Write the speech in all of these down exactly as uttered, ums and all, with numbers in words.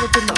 ってんな。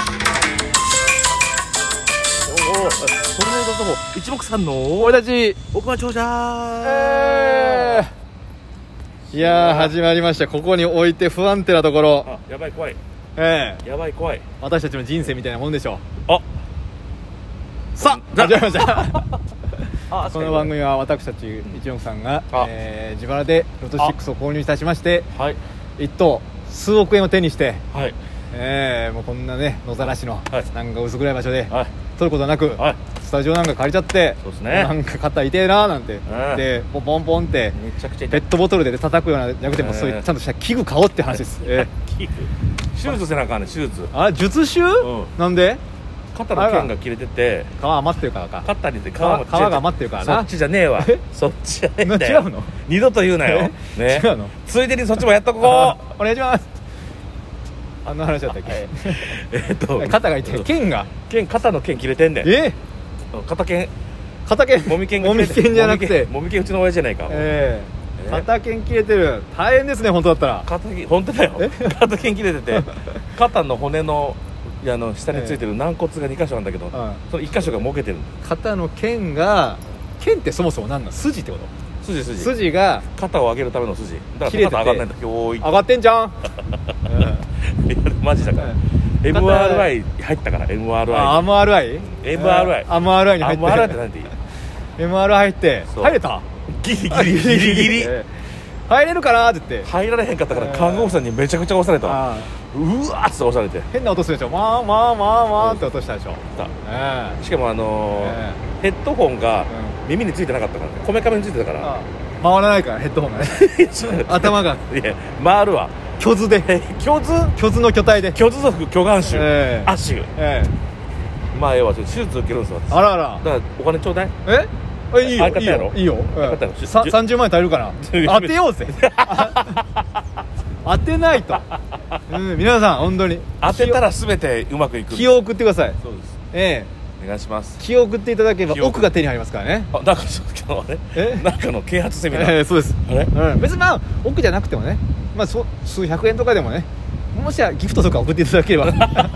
おお、トルネードとも一目散の俺たち奥間長者、 えー、いやー始まりました。ここに置いて不安定なところ、 あ、やばい怖い、 えー、 やばい怖い、 私たちの人生みたいなもんでしょう。 あ、 さあ始まりましたあ、 この番組は私たち一目さんが、 あえー、自腹でロトろくを購入いたしまして、 はい一等数億円を手にして、 はいえー、もうこんなね野ざらしの、 はい、 なんか薄暗い場所で、 はい、 撮ることなく、 はい、 スタジオなんか借りちゃって、 そうですね、 なんか肩痛えなーなんて、 うん、 でポンポンポンってめちゃくちゃペットボトルで叩くようなじゃなくても、そういうちゃんとした器具買おうって話です、えー、 器具手術せなあかんね、手術。 あ、術種、うん、なんで肩の剣が切れてて皮余ってるからか。 肩にて皮皮が余ってるからな。 そっちじゃねえわ、そっちじゃねえんだよ。 違うの？ 二度と言うなよ、ね、 違うの？ ついでにそっちもやっとこうお願いします。あんな話だったっけえっと肩が痛い、剣が剣、肩の剣切れてんねん。 え肩剣肩剣もみ剣もみ剣じゃなくてもみ剣うちの親じゃないか。 ええー、肩剣切れてる、大変ですね本当だったら。 肩剣本当だよ肩剣切れてて肩の骨のあの下についてる軟骨がに箇所なんだけど、うん、そのいっ箇所がもけてる。 肩の剣が、剣ってそもそも何なの？筋ってこと？ 筋筋筋が肩を上げるための筋だから肩上がんないんだ。今日上がってんじゃん、うん、 いやマジだから、うん、エムアールアイ 入ったから。 エムアールアイあ エムアールアイエムアールアイエムアールアイ に入ってエムアールアイ って何ていいエムアールアイ 入って入れた？ ギリギリギリギリ入れるかなって言って入られへんかったから看護婦さんにめちゃくちゃ押された。うわーって押されて変な音するでしょ。まあまあまあまあって音したでしょ。 えー、しかもあのーえー、ヘッドホンが耳についてなかったからね。こめかみについてたから。ああ、 回らないからヘッドホンがね頭がいや回るわ。 虚図で虚図虚図の巨体で虚図族巨眼種、 えー、 亜種、 えー、まあええわ。ちょっと手術受けるんですよ。 あらあら。 だからお金ちょうだい。 えいいよいいよいいよ、うん、ささんじゅうまん円足りるかな当てようぜ当てないと、うん、皆さん本当に当てたら全てうまくいく。 気を送ってください。 そうです、 ええ、 お願いします。 気を送っていただければ奥が手に入りますからね。 あ、なんかそう今日はね、えなんかの啓発セミナー、 えー、そうです。 あれ、 うん、別にまあ奥じゃなくてもね、まあ、そ数百円とかでもね、もしはギフトとか送っていただければ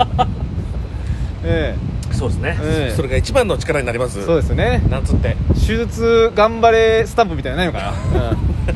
ええ、 そうですね、 えー、 それが一番の力になります。 そうですね。 なんつって手術頑張れスタンプみたいなのないのかな、うん、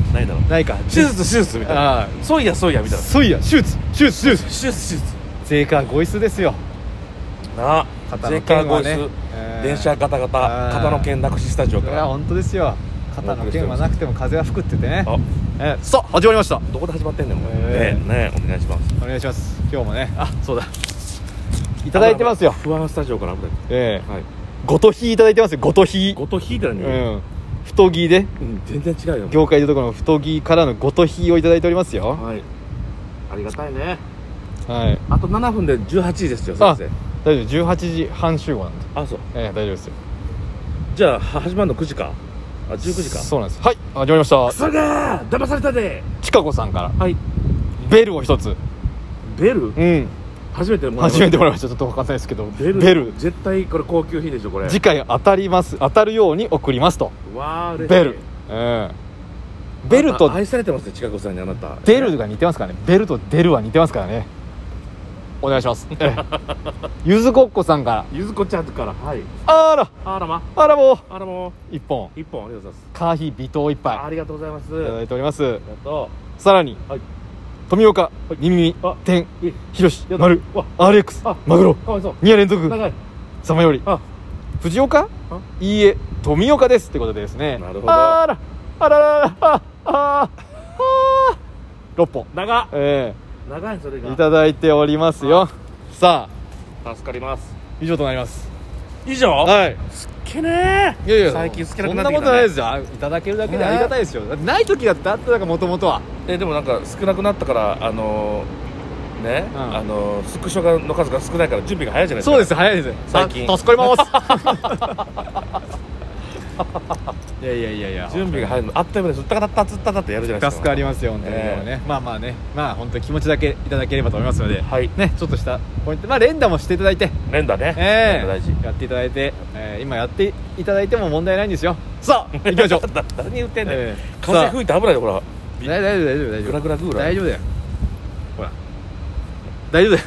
ないだろう。 ないか。 手術手術みたいな。あ、そういやそういやみたいな。 そういや手術手術手術手術手術税関ご椅子ですよなあ。税関ご椅子、 えー、 電車ガタガタ、肩の剣なくしスタジオから。 いや本当ですよ。肩の剣はなくても風は吹くって言ってね。あ、えー、さあ始まりました。 どこで始まってんねんもう、 えー、 ねねお願いします。 お願いします。今日もね、あ、そうだ、いただいてますよ。 不安スタジオから危ない。 ええー、はい、ごとひいただいてますよ。ごとひごとひって何？ うん、太着で、 うん、全然違うよ。 業界でいうところの太着からのごとひをいただいておりますよ。 はい、ありがたいね。 はい、 あとななふんでじゅうはちじですよ。先生大丈夫、じゅうはちじはん集合なんで。 あ、そう、 ええー、大丈夫ですよ。 じゃあ始まるのくじか。あ、じゅうくじか。 そうなんです。はい、始まりました。 クソがー騙されたで。 ちかこさんから、 はい、 ベルを一つ。 ベル？ うん、 初めてもらいました。 初めてもらいました。ちょっと分かんないですけど、 ベル、ベル絶対これ高級品でしょこれ。 次回当たります当たるように送りますと。 わー嬉しい。 ベル、えー、ベルと愛されてますね。ちかこさんにあなた。 ベルが似てますからね。ベルとデルは似てますからね。お願いします。ゆずこっこさんから、 ゆずこちゃんから、はい、 あらあらまあらもあらも一本一本ありがとうございます。 カーヒー微糖一杯ありがとうございます。 いただいております。ありがとう。さらに、はい、富岡、にみみ、天、ひろし、丸、アールエックス、マグロ、に夜連続さまより、藤岡、いいえ富岡ですってことでですね。 なるほど。 あらあらららああろっぽん長っ、 ええー、長い。それがいただいておりますよ。さあ助かります。 以上となります。 以上。 はい。 すっけねー。 いやいや最近好きなくなってきた、ね、 そんなことないですよ。いただけるだけでありがたいですよ。だってない時だってあったかもともとは。 えでもなんか少なくなったからあのー、ね、うん、あのー、スクショがの数が少ないから準備が早いじゃないですか。 そうです、早いです。 最近助かりますいやいやいやいや、 準備が入るのあっという間です。ったかたったつったたってやるじゃないですか。 助かりますよ本当に、えー、ね、まあまあね、まあ本当に気持ちだけいただければと思いますので、はい、ね、ちょっとしたポイント、まあ連打もしていただいて、 連打ね、 えー、 連打大事、 やっていただいて、えー、今やっていただいても問題ないんですよ。さあ行きましょう誰に言ってんねん、 えー、 風吹いて危ないよほら。 大丈夫大丈夫大丈夫、 グラグラグラ大丈夫だよ、ほら大丈夫だよ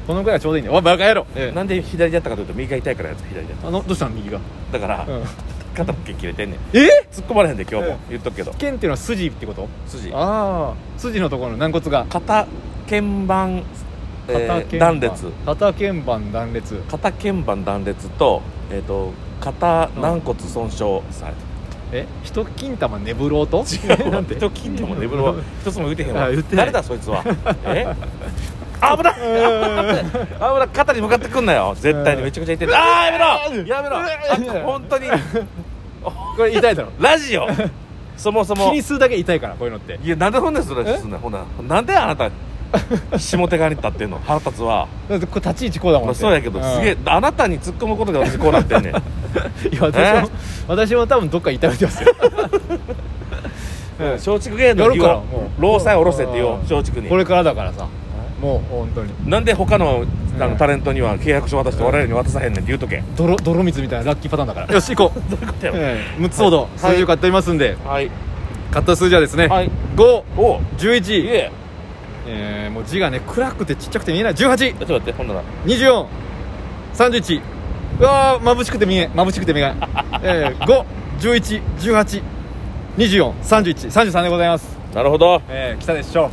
このぐらいはちょうどいいんだよ。おバカ野郎、ええ、 なんで左でやったかというと右が痛いからやつ左でやっあのどうしたの右が。 ただから、 うん、 肩の毛切れてんねん。 え突っ込まれへんで今日も、 ええ言っとくけど腱っていうのは筋ってこと。 筋ああ筋のところの軟骨が肩鍵盤、えー、 肩鍵盤断裂肩鍵盤断裂肩鍵盤断裂と、えー、と肩軟骨損傷されてえ一金玉寝風呂と違うなんて一金玉寝風呂は一つも言うてへんわ。 あ言ってない誰だそいつは。え危ない危ない肩に向かってくんなよ絶対に。めちゃくちゃ痛い。あーやめろやめろ。あ本当にこれ痛いだろ。 ラジオそもそも気にするだけ痛いからこういうのって。 いやなんでそんなそれすんねん。ほななんであなた下手側に立ってんの。腹立つわ。 だってこれ立ち位置こうだもんまあ、 って。 そうやけど、 うんすげえあなたに突っ込むことで私こうなってんねん。 いや私も、私も多分どっか痛めてますよ。 松竹芸能のやるから言おうもう労災下ろせって言おう松竹に。 これからだからさもう本当になんで他のあのうんタレントには契約書渡して我々に渡さへんねんって言うとけ。 泥泥水みたいなラッキーパターンだからよし行こう。 どういうことやろ。 ええむっつほどはい数字を買っておりますんで、 はい買った数字はですね、 はいご、 おじゅういち、 いええー、もう字がね暗くてちっちゃくて見えない。じゅうはち、 ちょっと待ってほんならにじゅうよん、さんじゅういち、うわー眩しくて見え眩しくて見えない、えー、ご、じゅういち、じゅうはち、にじゅうよん、さんじゅういち、さんじゅうさんでございます。 なるほどえー、来たでしょ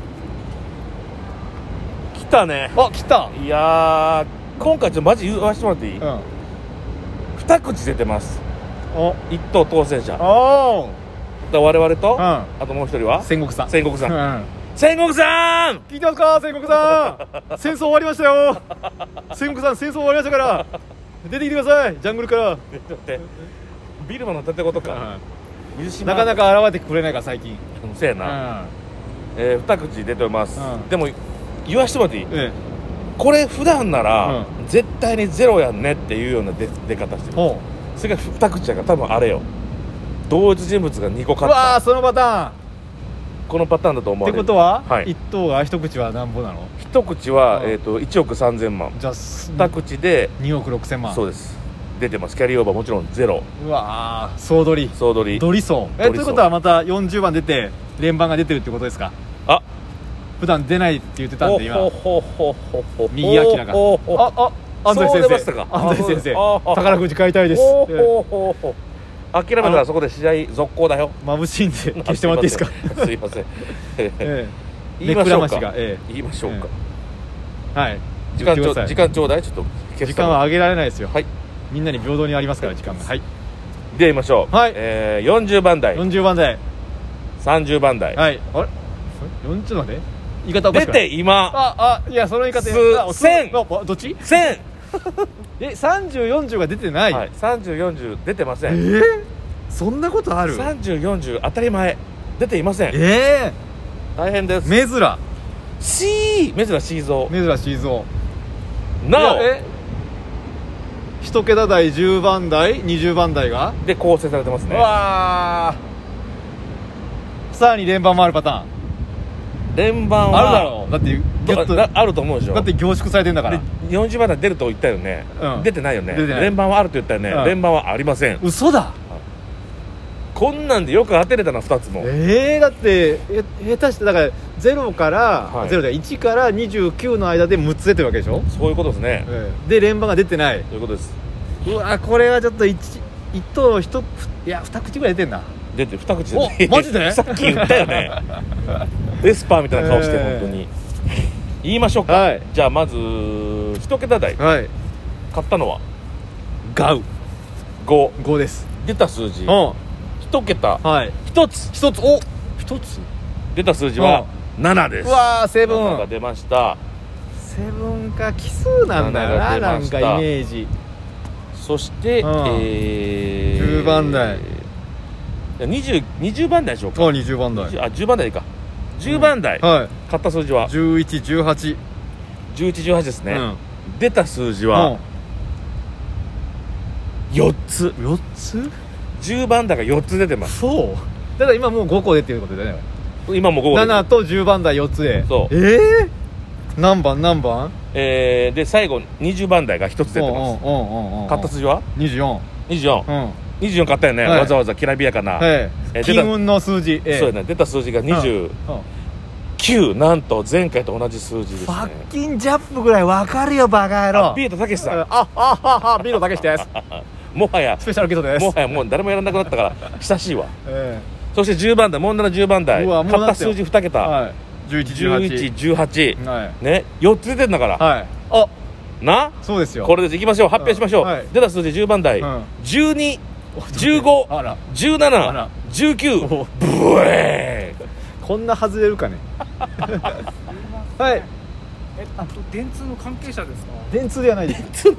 来たね。 う。あ来た。 いやー今回ちょっとマジ言わせてもらっていい。 うん二口出てます。 お一等当選者だかおら我々と、 うんあともう一人は戦国さん戦国さん、 うん戦国さん聞いてますか戦国さん。戦争終わりましたよ。戦国さん戦争終わりましたから出てきてくださいジャングルから。 だってビルマの建て事か、水島なかなか現れてくれないから最近。 せやな、 うんえー、二口出ております、 うんでも言わしてもらっていい、 えこれ普段なら、 う絶対にゼロやんねっていうような出出方してる。 えほそれが二口やから多分あれよ同一人物がにこう買ったうわーそのパターンこのパターンだと思ってわれる。 ことは、 はい一等が一口は何ぼなの。 一口は、 うんえー、といちおくさんぜんまん、 じゃあす二口で、 におくろくせんまん。 そうです出てます。キャリーオーバーもちろんゼロうわー総取り総取りドリソンえドリソンということはまたよんじゅうばん出て連番が出てるってことですか。 あ普段出ないって言ってたんで今ほほほほほ右明らかほほほああ安西そう出まし先生たか。 安西先生ああ宝くじ買いたいです。 ほうええほうほうほう諦めたらそこで試合続行だよ。 眩しいんで消してもらっていいですか。 すいませんええ言いましょう目くらましがかえ言いましょうかえはい時間ちょ言ってください時間ちょうだいちょっと時間は上げられないですよ。 はいみんなに平等にありますから時間が。はいで言いましょう。 はいえーよんじゅうばん台よんじゅうばん台さんじゅうばん台はいあれよんじゅうまで言い方おかし出くないて今ああいやその言い方すあ千ああどっちせんえさんじゅう、よんじゅうが出てない、 はいさんじゅう、よんじゅう出てませえん。 ー、そんなことある。 さんじゅう、よんじゅう当たり前出ていません。 え大変です。 えー、メズラ C メズラ C 像メズラシーゾーなおいやえ一桁台じゅうばん台にじゅうばん台が、 で構成されてますうね。 わーさらに連番もあるパターン連番はあるだろう。だってギュッとだあると思うでしょ。 だって凝縮されてんだから。 でよんじゅうばん台出ると言ったよね、 うん出てないよね。 出てない連番はあると言ったよね、 うん連番はありません。 嘘だ。 こんなんでよく当てれたなふたつも。 ええー、だってえ下手してだからゼロから、 はいゼロでいちからにじゅうきゅうの間でむっつ出てるわけでしょ、 そういうことですね、 ええで連番が出てない。 そういうことです。 うわこれはちょっと一一等一いや二口ぐらい出てんな。 出て二口おマジでさっき言ったよねエスパーみたいな顔して、 えー本当に言いましょうか、 はいじゃあまず一桁台はい買ったのはガウごごです。 出た数字うん一桁はい一つ一つお一つ出た数字はななです。 うわーセブなながン出ました。 セブンか奇数なんだよなながななん出ましたかイメージ。 そして、 うんえー、 じゅうばん台いや 20, 20番台でしょうか。 あにじゅうばん台あじゅうばん台かじゅうばん台、 はい買った数字はじゅういち、じゅうはちじゅういち、じゅうはちですね、 うん出た数字はよっつ、 よっつじゅうばん台がよっつ出てます。 そうだから今もうごこ出てることだよね。 今もごこななとじゅうばん台よっつでそうええー、何番何番えー、で最後にじゅうばん台がひとつ出てます。 うんうんうんうん買った数字はにじゅうよんにじゅうよん、 うんにじゅうよん買ったよね、 はいわざわざきらびやかな、 はいえー出た金運の数字ええそうやね出た数字がにじゅう、 うんきゅう、なんと前回と同じ数字ですね。 ファッキンジャップぐらいわかるよバカ野郎。 ビートたけしさん、 ああああビートたけしですもはやスペシャルゲストです。 もはやもう誰もやらなくなったから親しいわ。 えそしてじゅうばん台、問題のじゅうばん台、 うわもう買ったなってよ数字に桁、 はいじゅういち、じゅうはちじゅういち、じゅうはち、 はいね、よっつ出てんだから、 はいあな、 そうですよこれです。いきましょう、発表しましょう、 うんはい出た数字じゅうばん台、 うんじゅうに、じゅうご、 あらじゅうあらなな、じゅうきゅう、 おブエーこんな外れるかねはいえあ電通の関係者ですか？ 電通ではないです